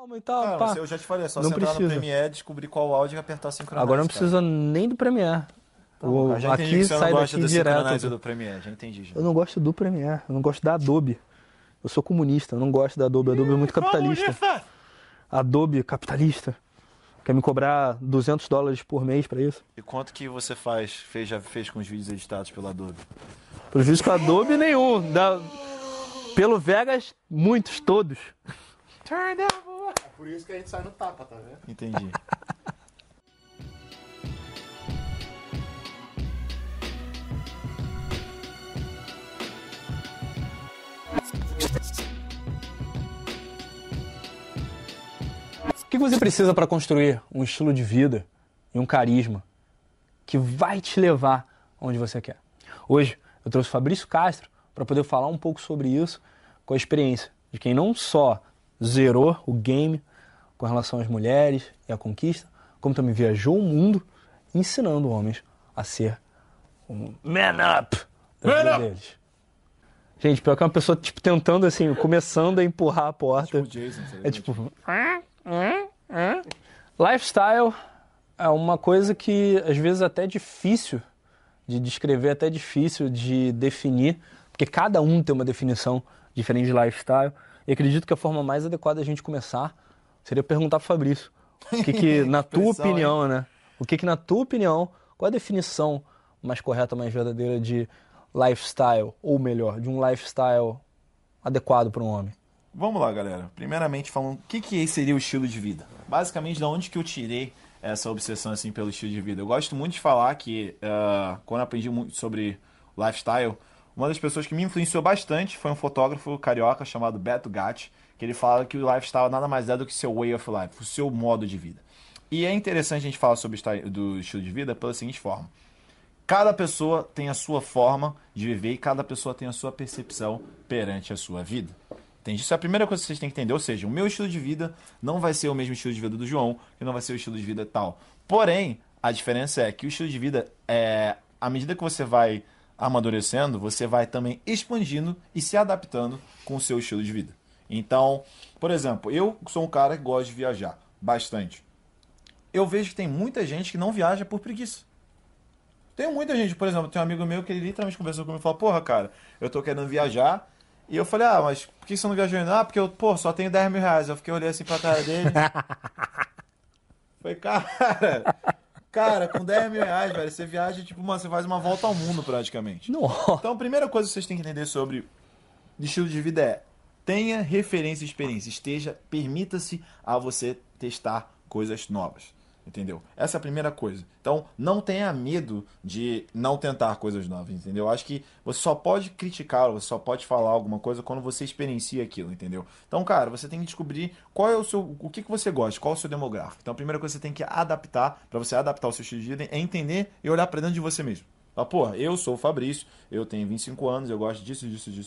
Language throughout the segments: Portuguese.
e tal, Cara, pá. eu já te falei, é só Não você entrar no precisa. Premiere, descobrir qual áudio e apertar Synchronize. Agora não cara. precisa nem do Premiere. Não, já entendi Aqui que você não sai gosta daqui do direto. Synchronize do Premiere, já entendi. Já. Eu não gosto do Premiere, eu não gosto da Adobe. Eu sou comunista, eu não gosto da Adobe. A Adobe é muito capitalista. Adobe capitalista. Quer me cobrar $200 por mês pra isso? E quanto que você já fez com os vídeos editados pela Adobe? Pelos vídeos com a Adobe, nenhum. Pelo Vegas, muitos, todos. É por isso que a gente sai no tapa, tá vendo? Entendi. O que você precisa para construir um estilo de vida e um carisma que vai te levar onde você quer? Hoje eu trouxe o Fabrício Castro para poder falar um pouco sobre isso com a experiência de quem não só zerou o game com relação às mulheres e à conquista, como também viajou o mundo ensinando homens a ser um man up da vida deles. Gente, pior que é uma pessoa tipo, tentando assim, começando a empurrar a porta. Tipo Jason, É tipo... Lifestyle é uma coisa que às vezes até é difícil de descrever, até difícil de definir, porque cada um tem uma definição diferente de lifestyle. E acredito que a forma mais adequada de a gente começar seria perguntar pro Fabrício. O que na tua opinião, né? O que na tua opinião, qual a definição mais correta, mais verdadeira de lifestyle, ou melhor, de um lifestyle adequado para um homem? Vamos lá, galera. Primeiramente, falando o que seria o estilo de vida. Basicamente, de onde que eu tirei essa obsessão assim, pelo estilo de vida. Eu gosto muito de falar que, quando eu aprendi muito sobre lifestyle, uma das pessoas que me influenciou bastante foi um fotógrafo carioca chamado Beto Gatti, que ele fala que o lifestyle nada mais é do que seu way of life, o seu modo de vida. E é interessante a gente falar sobre do estilo de vida pela seguinte forma. Cada pessoa tem a sua forma de viver e cada pessoa tem a sua percepção perante a sua vida. Entende? Isso é a primeira coisa que vocês têm que entender. Ou seja, o meu estilo de vida não vai ser o mesmo estilo de vida do João, e não vai ser o estilo de vida tal. Porém, a diferença é que o estilo de vida, à medida que você vai amadurecendo, você vai também expandindo e se adaptando com o seu estilo de vida. Então, por exemplo, eu sou um cara que gosta de viajar bastante. Eu vejo que tem muita gente que não viaja por preguiça. Tem muita gente, por exemplo, tem um amigo meu que ele literalmente conversou comigo e falou, porra, cara, eu tô querendo viajar. E eu falei, mas por que você não viajou ainda? Porque eu, só tenho 10 mil reais. Eu fiquei olhando assim pra cara dele. Falei, cara, com 10 mil reais, velho, você viaja, tipo, mano, você faz uma volta ao mundo praticamente. Nossa. Então, a primeira coisa que vocês têm que entender sobre estilo de vida é, tenha referência e experiência. Permita-se a você testar coisas novas. Entendeu? Essa é a primeira coisa. Então, não tenha medo de não tentar coisas novas, entendeu? Acho que você só pode criticar, você só pode falar alguma coisa quando você experiencia aquilo, entendeu? Então, cara, você tem que descobrir qual é o que você gosta, qual é o seu demográfico. Então, a primeira coisa que você tem que adaptar, para você adaptar o seu estilo de vida, é entender e olhar para dentro de você mesmo. Então, eu sou o Fabrício, eu tenho 25 anos, eu gosto disso.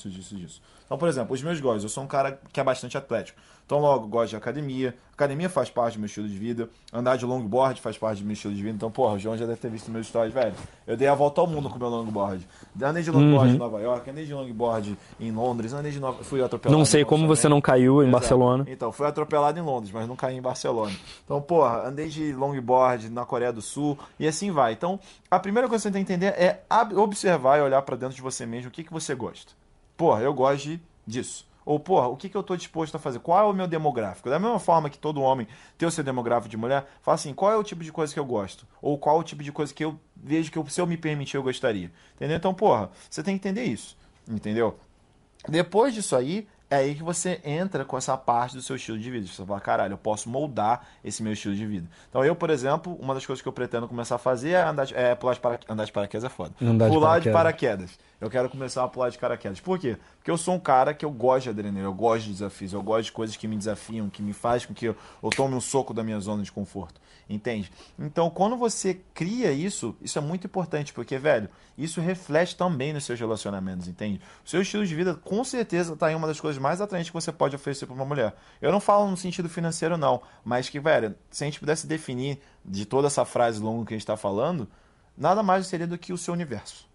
Então, por exemplo, os meus gostos, eu sou um cara que é bastante atlético. Então, logo, gosto de academia. Academia faz parte do meu estilo de vida. Andar de longboard faz parte do meu estilo de vida. Então, o João já deve ter visto meus stories, velho. Eu dei a volta ao mundo com o meu longboard. Andei de longboard em Nova York, andei de longboard em Londres, fui atropelado. Não sei como você não caiu em Barcelona. Então, fui atropelado em Londres, mas não caí em Barcelona. Então, andei de longboard na Coreia do Sul e assim vai. Então, a primeira coisa que você tem que entender é observar e olhar pra dentro de você mesmo o que você gosta. Eu gosto disso. Ou, o que eu tô disposto a fazer? Qual é o meu demográfico? Da mesma forma que todo homem tem o seu demográfico de mulher, fala assim, qual é o tipo de coisa que eu gosto? Ou qual é o tipo de coisa que eu vejo que se eu me permitir eu gostaria? Entendeu? Então, você tem que entender isso. Entendeu? Depois disso aí, é aí que você entra com essa parte do seu estilo de vida. Você fala, caralho, eu posso moldar esse meu estilo de vida. Então eu, por exemplo, uma das coisas que eu pretendo começar a fazer é pular de paraquedas. Andar de paraquedas é foda. Pular de paraquedas. Eu quero começar a pular de paraquedas. Por quê? Porque eu sou um cara que eu gosto de adrenalina, eu gosto de desafios, eu gosto de coisas que me desafiam, que me faz com que eu tome um soco da minha zona de conforto. Entende? Então, quando você cria isso é muito importante, porque, velho, isso reflete também nos seus relacionamentos, entende? O seu estilo de vida, com certeza, tá em uma das coisas mais atraentes que você pode oferecer para uma mulher. Eu não falo no sentido financeiro, não, mas que, velho, se a gente pudesse definir de toda essa frase longa que a gente tá falando, nada mais seria do que o seu universo.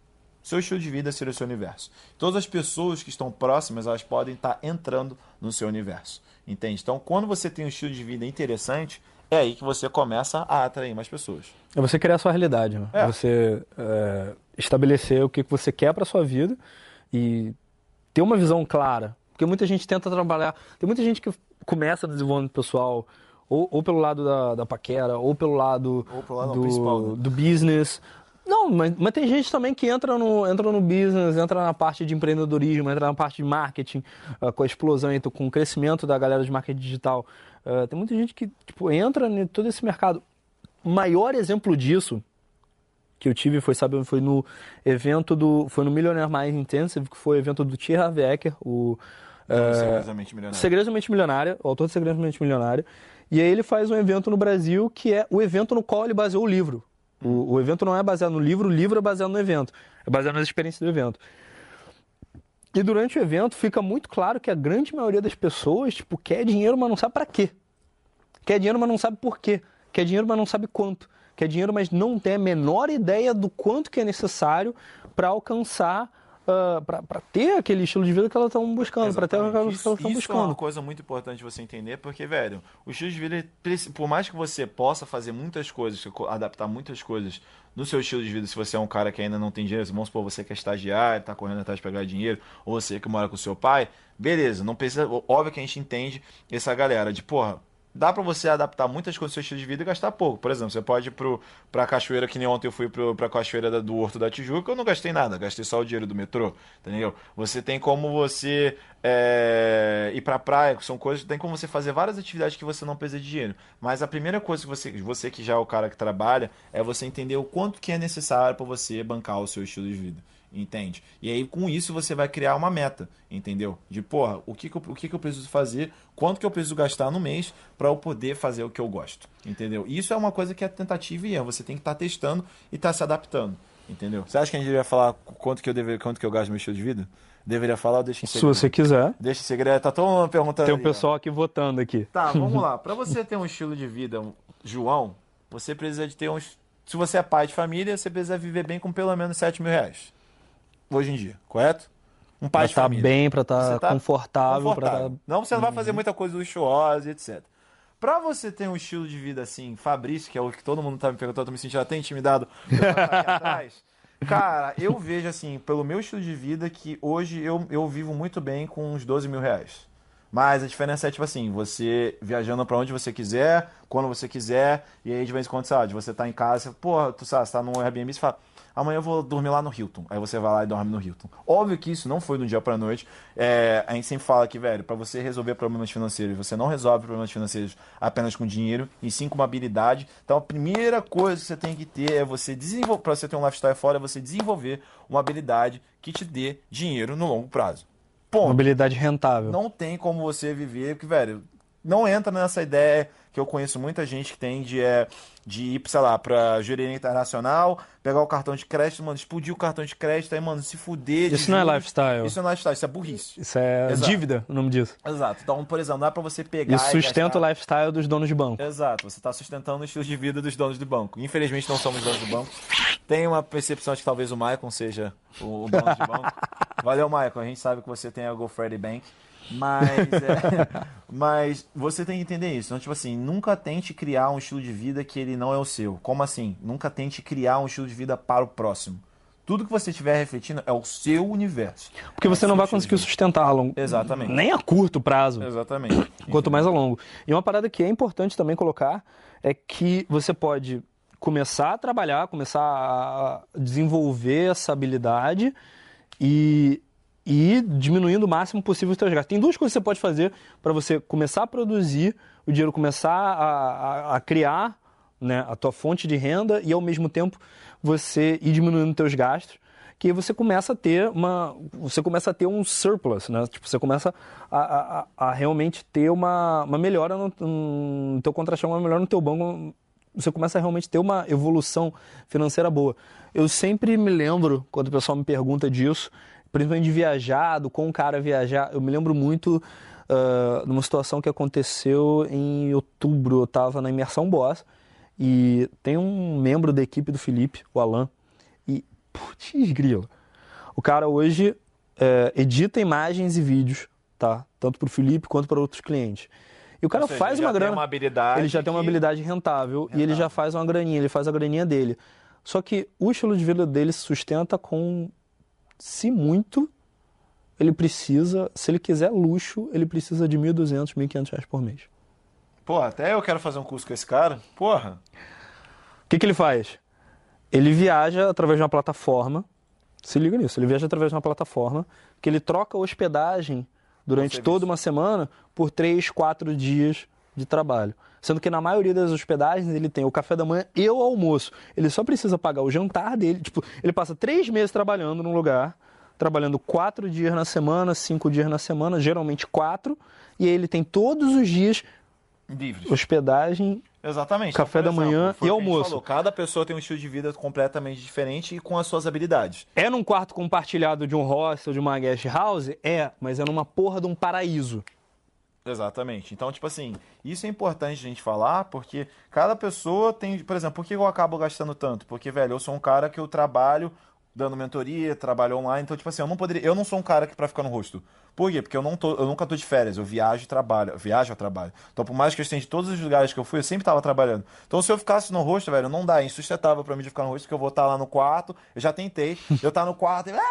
seu estilo de vida seria o seu universo. Todas as pessoas que estão próximas, elas podem estar entrando no seu universo. Entende? Então, quando você tem um estilo de vida interessante, é aí que você começa a atrair mais pessoas. É você criar a sua realidade, né? Você estabelecer o que você quer para sua vida e ter uma visão clara. Porque muita gente tenta trabalhar... Tem muita gente que começa desenvolvimento pessoal ou pelo lado da paquera, ou pelo lado, principal, né? do business. Não, mas tem gente também que entra no business, entra na parte de empreendedorismo, entra na parte de marketing, com a explosão, com o crescimento da galera de marketing digital. Tem muita gente que entra em todo esse mercado. O maior exemplo disso que eu tive foi no evento foi no Millionaire Mind Intensive, que foi o evento do T. Harv Eker, Segredosamente Milionário, o autor de Segredosamente Milionário. E aí ele faz um evento no Brasil que é o evento no qual ele baseou o livro. O evento não é baseado no livro, o livro é baseado no evento. É baseado nas experiências do evento. E durante o evento fica muito claro que a grande maioria das pessoas, quer dinheiro, mas não sabe para quê. Quer dinheiro, mas não sabe por quê. Quer dinheiro, mas não sabe quanto. Quer dinheiro, mas não tem a menor ideia do quanto que é necessário para alcançar, para ter aquele estilo de vida que elas estão buscando, para ter aquilo que elas estão buscando. Isso é uma coisa muito importante você entender, porque, velho, o estilo de vida, por mais que você possa fazer muitas coisas, adaptar muitas coisas no seu estilo de vida, se você é um cara que ainda não tem dinheiro, vamos supor, você que é estagiário, tá correndo atrás de pegar dinheiro, ou você que mora com o seu pai, beleza, não precisa, óbvio que a gente entende essa galera de, porra, dá pra você adaptar muitas coisas ao seu estilo de vida e gastar pouco. Por exemplo, você pode ir pra cachoeira, que nem ontem eu fui pra cachoeira do Horto da Tijuca, eu não gastei nada, gastei só o dinheiro do metrô, entendeu? Você tem como você ir pra praia, são coisas, tem como você fazer várias atividades que você não precisa de dinheiro. Mas a primeira coisa que você que já é o cara que trabalha, é você entender o quanto que é necessário pra você bancar o seu estilo de vida. Entende? E aí, com isso, você vai criar uma meta, entendeu? De, porra, o que que eu preciso fazer, quanto que eu preciso gastar no mês para eu poder fazer o que eu gosto, entendeu? E isso é uma coisa que é tentativa e erro, você tem que estar testando e estar se adaptando, entendeu? Você acha que a gente deveria falar quanto que eu gasto no meu estilo de vida? Deveria falar ou deixa em segredo? Se você quiser. Deixa em segredo, tá todo mundo perguntando. Tem um pessoal aqui votando aqui. Tá, vamos lá. Para você ter um estilo de vida, João, você precisa de ter uns... Se você é pai de família, você precisa viver bem com pelo menos 7 mil reais. Hoje em dia, correto? Um pai de família. Pra estar bem, pra estar confortável. Não, você não vai fazer muita coisa luxuosa, etc. Pra você ter um estilo de vida assim, Fabrício, que é o que todo mundo tá me perguntando, eu tô me sentindo até intimidado aqui atrás. Cara, eu vejo assim, pelo meu estilo de vida, que hoje eu vivo muito bem com uns 12 mil reais. Mas a diferença é, tipo assim, você viajando pra onde você quiser, quando você quiser, e aí de vez em quando, sabe, você tá em casa, porra, tu sabe, você tá num Airbnb, você fala... Amanhã eu vou dormir lá no Hilton. Aí você vai lá e dorme no Hilton. Óbvio que isso não foi do dia pra noite. A gente sempre fala que, velho, pra você resolver problemas financeiros, você não resolve problemas financeiros apenas com dinheiro, e sim com uma habilidade. Então a primeira coisa que você tem que ter é você desenvolver, pra você ter um lifestyle fora, é você desenvolver uma habilidade que te dê dinheiro no longo prazo. Ponto. Uma habilidade rentável. Não tem como você viver, porque, velho, não entra nessa ideia que eu conheço muita gente que tem de ir, sei lá, pra gerência internacional, pegar o cartão de crédito, mano, explodir o cartão de crédito, aí, mano, se fuder. Isso não é lifestyle. Isso não é lifestyle, isso é burrice. Isso é dívida, o nome disso. Exato. Então, por exemplo, dá pra você pegar Isso sustenta o lifestyle dos donos de banco. Exato. Você tá sustentando o estilo de vida dos donos do banco. Infelizmente, não somos donos do banco. Tem uma percepção de que talvez o Maicon seja o dono de banco. Valeu, Maicon. A gente sabe que você tem a GoFreddy Bank. Mas você tem que entender isso. Então, tipo assim, nunca tente criar um estilo de vida que ele não é o seu. Como assim? Nunca tente criar um estilo de vida para o próximo. Tudo que você estiver refletindo é o seu universo. Porque você não vai conseguir sustentar a longo. Exatamente. Nem a curto prazo. Exatamente. Quanto mais a longo. E uma parada que é importante também colocar é que você pode começar a trabalhar, começar a desenvolver essa habilidade e diminuindo o máximo possível os seus gastos. Tem duas coisas que você pode fazer para você começar a produzir o dinheiro, começar a criar, né, a tua fonte de renda e, ao mesmo tempo, você ir diminuindo os teus gastos, que aí você começa a ter um surplus, né? Tipo, você começa a realmente ter uma melhora no teu contrato, uma melhora no teu banco, você começa a realmente ter uma evolução financeira boa. Eu sempre me lembro, quando o pessoal me pergunta disso, principalmente de viajar, com o cara viajar, eu me lembro muito de uma situação que aconteceu em outubro. Eu estava na Imersão Boss e tem um membro da equipe do Felipe, o Alan, e, putz, grilo, O cara hoje edita imagens e vídeos, tá? Tanto para o Felipe quanto para outros clientes. E o cara Ou seja, faz uma grana. Ele já tem uma habilidade rentável e ele já faz uma graninha, ele faz a graninha dele. Só que o estilo de vida dele se sustenta com, se muito, ele precisa, se ele quiser luxo, ele precisa de R$1.200, R$1.500 por mês. Porra, até eu quero fazer um curso com esse cara. Porra. O que ele faz? Ele viaja através de uma plataforma, se liga nisso, ele viaja através de uma plataforma que ele troca hospedagem durante toda uma semana por 3, 4 dias de trabalho. Sendo que na maioria das hospedagens ele tem o café da manhã e o almoço. Ele só precisa pagar o jantar dele. Tipo, ele passa 3 meses trabalhando num lugar, trabalhando 4 dias na semana, 5 dias na semana, geralmente 4, e aí ele tem todos os dias livres. Hospedagem, exatamente. Café da manhã e almoço. Falou, cada pessoa tem um estilo de vida completamente diferente e com as suas habilidades. É num quarto compartilhado de um hostel, de uma guest house? É, mas é numa porra de um paraíso. Exatamente. Então, tipo assim, isso é importante a gente falar, porque cada pessoa tem... Por exemplo, por que eu acabo gastando tanto? Porque, velho, eu sou um cara que eu trabalho dando mentoria, trabalho online, então, tipo assim, eu não sou um cara que pra ficar no rosto. Por quê? Porque eu nunca tô de férias, eu viajo e trabalho, viajo a trabalho. Então, por mais que eu esteja de todos os lugares que eu fui, eu sempre tava trabalhando. Então, se eu ficasse no rosto, velho, não dá, é insustentável pra mim de ficar no rosto, porque eu vou estar lá no quarto, eu já tentei, eu estar no quarto e...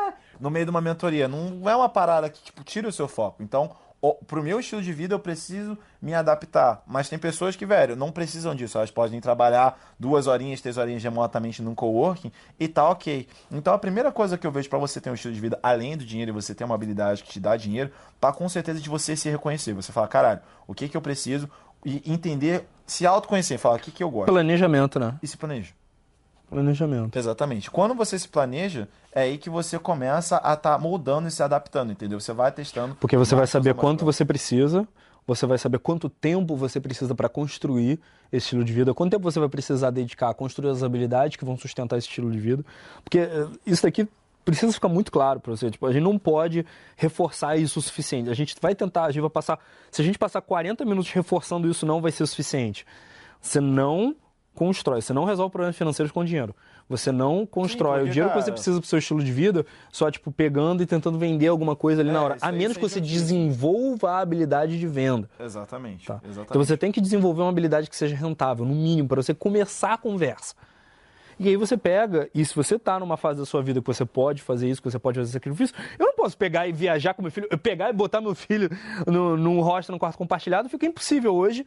no meio de uma mentoria. Não é uma parada que, tipo, tira o seu foco. Então, pro meu estilo de vida, eu preciso me adaptar. Mas tem pessoas que, velho, não precisam disso. Elas podem trabalhar 2 horinhas, 3 horinhas remotamente num coworking e tá ok. Então, a primeira coisa que eu vejo pra você ter um estilo de vida, além do dinheiro, e você ter uma habilidade que te dá dinheiro, tá com certeza de você se reconhecer. Você fala, caralho, o que eu preciso? E entender, se autoconhecer, falar o que eu gosto. Planejamento, né? E se planeja. Planejamento. Exatamente. Quando você se planeja, é aí que você começa a estar moldando e se adaptando, entendeu? Você vai testando. Porque você vai saber quanto você precisa, você vai saber quanto tempo você precisa para construir esse estilo de vida, quanto tempo você vai precisar dedicar a construir as habilidades que vão sustentar esse estilo de vida. Porque isso daqui precisa ficar muito claro para você. Tipo, a gente não pode reforçar isso o suficiente. A gente vai tentar, a gente vai passar... Se a gente passar 40 minutos reforçando isso, não vai ser suficiente. Você não constrói, você não resolve problemas financeiros com dinheiro. Você não constrói o dinheiro que você precisa pro seu estilo de vida só, tipo, pegando e tentando vender alguma coisa ali na hora. A menos que você desenvolva a habilidade de venda. Exatamente. Tá? Exatamente. Então você tem que desenvolver uma habilidade que seja rentável, no mínimo, para você começar a conversa. E aí você pega, e se você tá numa fase da sua vida que você pode fazer isso, que você pode fazer sacrifício, eu não posso pegar e viajar com meu filho, eu pegar e botar meu filho num hostel, num quarto compartilhado, fica impossível hoje.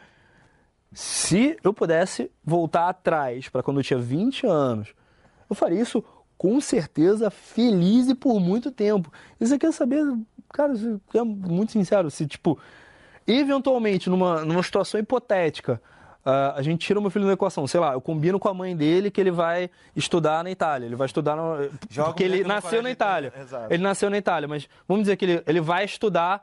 Se eu pudesse voltar atrás para quando eu tinha 20 anos, eu faria isso com certeza feliz e por muito tempo. E você quer saber, cara, é muito sincero, se tipo, eventualmente numa situação hipotética, a gente tira o meu filho da equação, sei lá, eu combino com a mãe dele que ele vai estudar na Itália, ele vai estudar porque ele nasceu na Itália. Ele nasceu na Itália, mas vamos dizer que ele vai estudar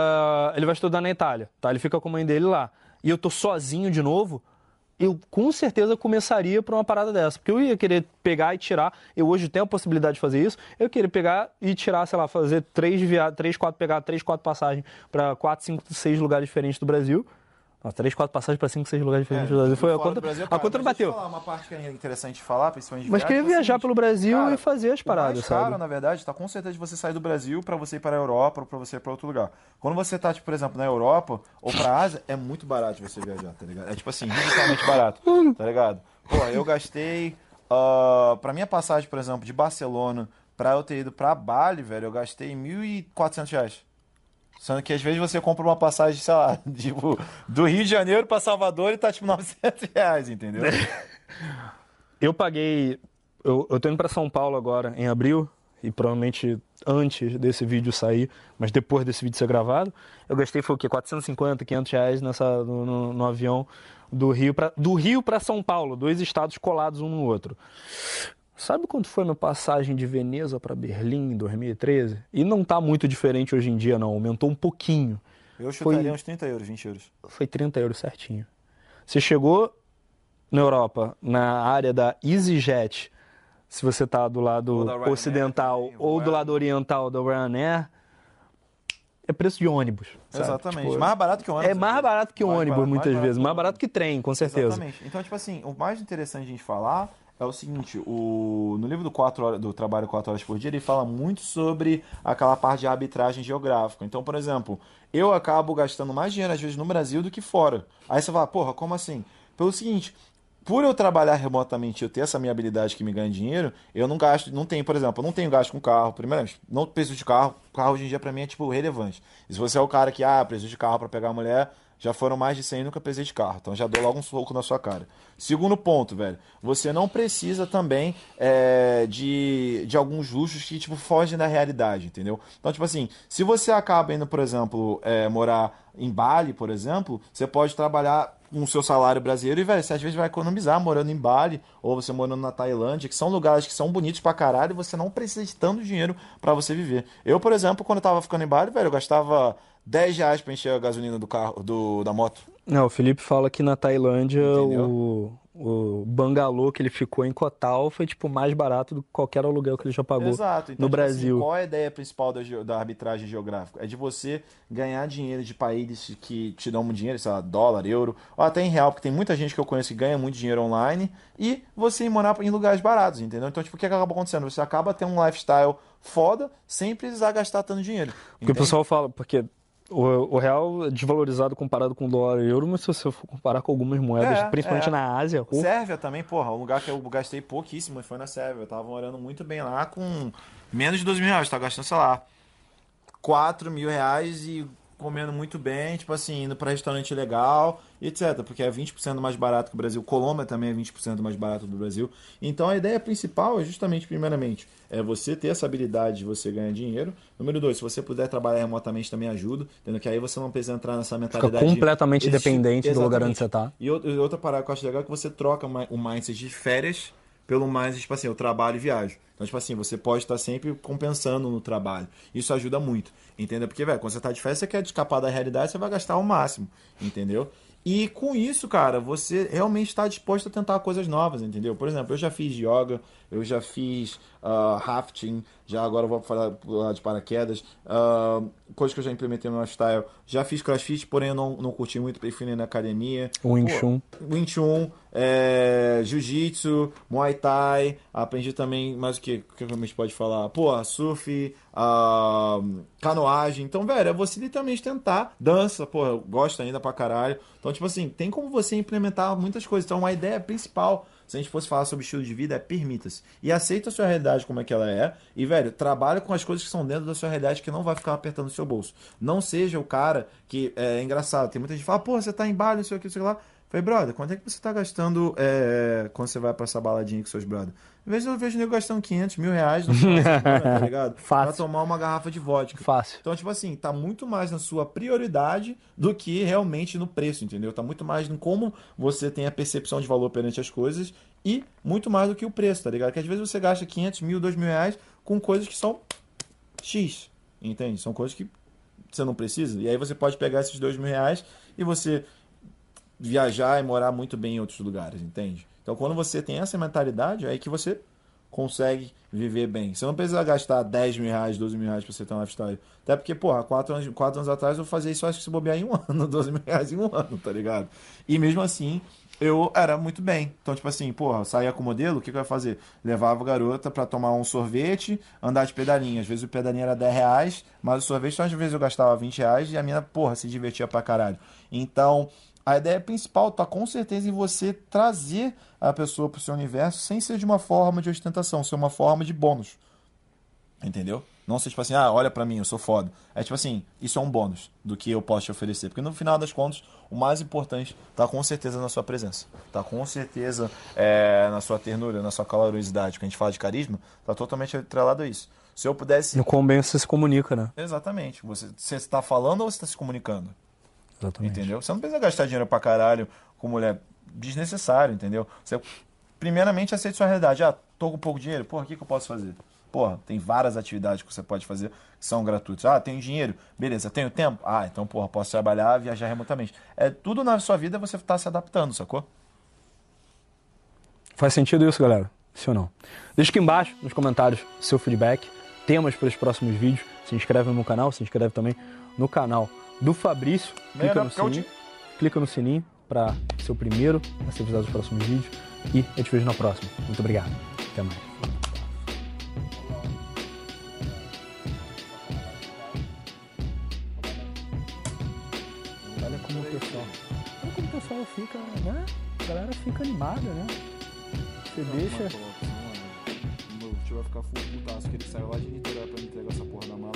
na Itália, tá? Ele fica com a mãe dele lá. E eu tô sozinho de novo, eu com certeza começaria por uma parada dessa. Porque eu ia querer pegar e tirar, eu hoje tenho a possibilidade de fazer isso, eu ia querer pegar e tirar, sei lá, fazer 3, 4 passagens para 4, 5, 6 lugares diferentes do Brasil. 3, 4 passagens para 5, 6 lugares diferentes do Brasil. Foi a conta não bateu. Falar uma parte que é interessante de falar, principalmente de mas queria viajar pelo Brasil, cara, e fazer as paradas, mais caro, sabe? Na verdade, tá com certeza de você sair do Brasil para você ir para a Europa ou para você ir para outro lugar. Quando você tá, tipo, por exemplo, na Europa ou pra Ásia, é muito barato você viajar, tá ligado? É tipo assim, ridiculamente barato, tá ligado? Pô, eu gastei pra minha passagem, por exemplo, de Barcelona pra eu ter ido pra Bali, velho, eu gastei R$1.400. Sendo que às vezes você compra uma passagem, sei lá, tipo, do Rio de Janeiro pra Salvador e tá tipo R$900, entendeu? Eu paguei... Eu tô indo pra São Paulo agora, em abril, e provavelmente antes desse vídeo sair, mas depois desse vídeo ser gravado, eu gastei, foi o quê? R$450, R$500 no avião do Rio pra São Paulo, 2 estados colados um no outro. Sabe quanto foi minha passagem de Veneza para Berlim em 2013? E não tá muito diferente hoje em dia, não. Aumentou um pouquinho. Eu chutaria uns 30 euros, 20 euros. Foi 30 euros certinho. Você chegou na Europa, na área da EasyJet, se você tá do lado ocidental Ryanair, ou do lado oriental da Ryanair, é preço de ônibus. Sabe? Exatamente. Tipo, mais barato que ônibus. É mais barato que ônibus, muitas vezes. Mais barato que trem, com certeza. Exatamente. Então, tipo assim, o mais interessante de a gente falar é o seguinte, no livro do Trabalho 4 Horas por Dia, ele fala muito sobre aquela parte de arbitragem geográfica. Então, por exemplo, eu acabo gastando mais dinheiro às vezes no Brasil do que fora. Aí você fala, porra, como assim? Pelo seguinte, por eu trabalhar remotamente e eu ter essa minha habilidade que me ganha dinheiro, eu não gasto, não tenho, por exemplo, eu não tenho gasto com carro, primeiramente, não preciso de carro hoje em dia pra mim é tipo relevante. E se você é o cara que, preciso de carro pra pegar a mulher, já foram mais de 100 e nunca precisei de carro. Então já dou logo um soco na sua cara. Segundo ponto, velho. Você não precisa também de alguns luxos que, tipo, fogem da realidade, entendeu? Então, tipo assim, se você acaba indo, por exemplo, morar em Bali, por exemplo, você pode trabalhar com o seu salário brasileiro e, velho, você às vezes vai economizar morando em Bali ou você morando na Tailândia, que são lugares que são bonitos pra caralho e você não precisa de tanto dinheiro pra você viver. Eu, por exemplo, quando eu tava ficando em Bali, velho, eu gastava R$10 pra encher a gasolina do carro, da moto. Não, o Felipe fala que na Tailândia Entendeu? o bangalô que ele ficou em Koh foi tipo mais barato do que qualquer aluguel que ele já pagou Exato. Então, no tipo assim, Brasil. qual é a ideia principal da arbitragem geográfica? É de você ganhar dinheiro de países que te dão muito dinheiro, sei lá, dólar, euro, ou até em real, porque tem muita gente que eu conheço que ganha muito dinheiro online, e você ir morar em lugares baratos, entendeu? Então, tipo, o que acaba acontecendo? Você acaba tendo um lifestyle foda sem precisar gastar tanto dinheiro. Porque o pessoal fala, porque o real é desvalorizado comparado com o dólar e euro, mas se você for comparar com algumas moedas, principalmente na Ásia... Sérvia também, porra, um lugar que eu gastei pouquíssimo foi na Sérvia. Eu tava morando muito bem lá com menos de R$2.000. Tava gastando, sei lá, R$4.000 e comendo muito bem, tipo assim, indo pra restaurante legal, etc. Porque é 20% mais barato que o Brasil. Colômbia também é 20% mais barato do Brasil. Então a ideia principal é justamente, primeiramente, é você ter essa habilidade de você ganhar dinheiro. Número 2, se você puder trabalhar remotamente também ajuda, entendeu? Que aí você não precisa entrar nessa mentalidade. Fica completamente dependente do lugar onde você tá. E outra parada que eu acho legal é que você troca o mindset de férias pelo mindset, tipo assim, eu trabalho e viajo. Então, tipo assim, você pode estar sempre compensando no trabalho. Isso ajuda muito, entendeu? Porque, velho, quando você tá de férias, você quer escapar da realidade, você vai gastar ao máximo, entendeu? E com isso, cara, você realmente está disposto a tentar coisas novas, entendeu? Por exemplo, eu já fiz yoga, eu já fiz rafting, já agora eu vou falar de paraquedas, coisas que eu já implementei no lifestyle. Já fiz crossfit, porém eu não curti muito, prefiro ir na academia. Wing Chun. Wing Chun, jiu-jitsu, muay thai, aprendi também, mais o que a gente pode falar? Pô, surf, canoagem. Então, velho, é você literalmente tentar. Dança, pô, eu gosto ainda pra caralho. Então, tipo assim, tem como você implementar muitas coisas. Então, uma ideia principal, se a gente fosse falar sobre estilo de vida, é permita-se. E aceita a sua realidade como é que ela é. E, velho, trabalha com as coisas que são dentro da sua realidade que não vai ficar apertando o seu bolso. Não seja o cara que é engraçado. Tem muita gente que fala, pô, você tá em Bali, não sei o que, não sei o que lá. Falei, brother, quanto é que você tá gastando quando você vai pra essa baladinha com seus brother? Às vezes eu vejo o nego gastando R$500, no final de semana, tá ligado? Fácil. Pra tomar uma garrafa de vodka. Fácil. Então, tipo assim, tá muito mais na sua prioridade do que realmente no preço, entendeu? Tá muito mais em como você tem a percepção de valor perante as coisas e muito mais do que o preço, tá ligado? Porque às vezes você gasta 500 mil, R$2.000 com coisas que são X, entende? São coisas que você não precisa. E aí você pode pegar esses R$2.000 e você viajar e morar muito bem em outros lugares, entende? Então, quando você tem essa mentalidade, é aí que você consegue viver bem. Você não precisa gastar R$10.000, R$12.000 pra você ter um lifestyle. Até porque, porra, 4 anos atrás eu fazia isso, acho que se bobear em um ano, R$12.000 em um ano, tá ligado? E mesmo assim, eu era muito bem. Então, tipo assim, porra, eu saía com o modelo, o que eu ia fazer? Levava a garota pra tomar um sorvete, andar de pedalinho. Às vezes o pedalinho era R$10, mas o sorvete, então, às vezes eu gastava R$20 e a mina, porra, se divertia pra caralho. Então, a ideia principal tá com certeza em você trazer a pessoa pro seu universo sem ser de uma forma de ostentação, ser uma forma de bônus. Entendeu? Não ser tipo assim, olha pra mim, eu sou foda. É tipo assim, isso é um bônus do que eu posso te oferecer. Porque no final das contas, o mais importante tá com certeza na sua presença. Tá com certeza na sua ternura, na sua calorosidade. Quando a gente fala de carisma, tá totalmente atrelado a isso. Se eu pudesse... No quão bem você se comunica, né? Exatamente. Você está falando ou você está se comunicando? Exatamente. Entendeu? Você não precisa gastar dinheiro pra caralho com mulher desnecessário, entendeu? Você, primeiramente, aceita sua realidade. Tô com pouco dinheiro, porra, o que eu posso fazer? Porra, tem várias atividades que você pode fazer que são gratuitas. Tenho dinheiro, beleza. Tenho tempo? Então, porra, posso trabalhar, viajar remotamente. Tudo na sua vida você tá se adaptando, sacou? Faz sentido isso, galera? Sim ou não? Deixa aqui embaixo, nos comentários, seu feedback, temas para os próximos vídeos. Se inscreve no meu canal, se inscreve também no canal do Fabrício. Clica no sininho para ser o primeiro a ser avisado dos próximos vídeos. E eu te vejo na próxima. Muito obrigado. Até mais. Olha como o pessoal fica, né? A galera fica animada, né? Você deixa... O meu tio vai ficar full putaço, que ele saiu lá de Niterói pra me entregar essa porra da mala.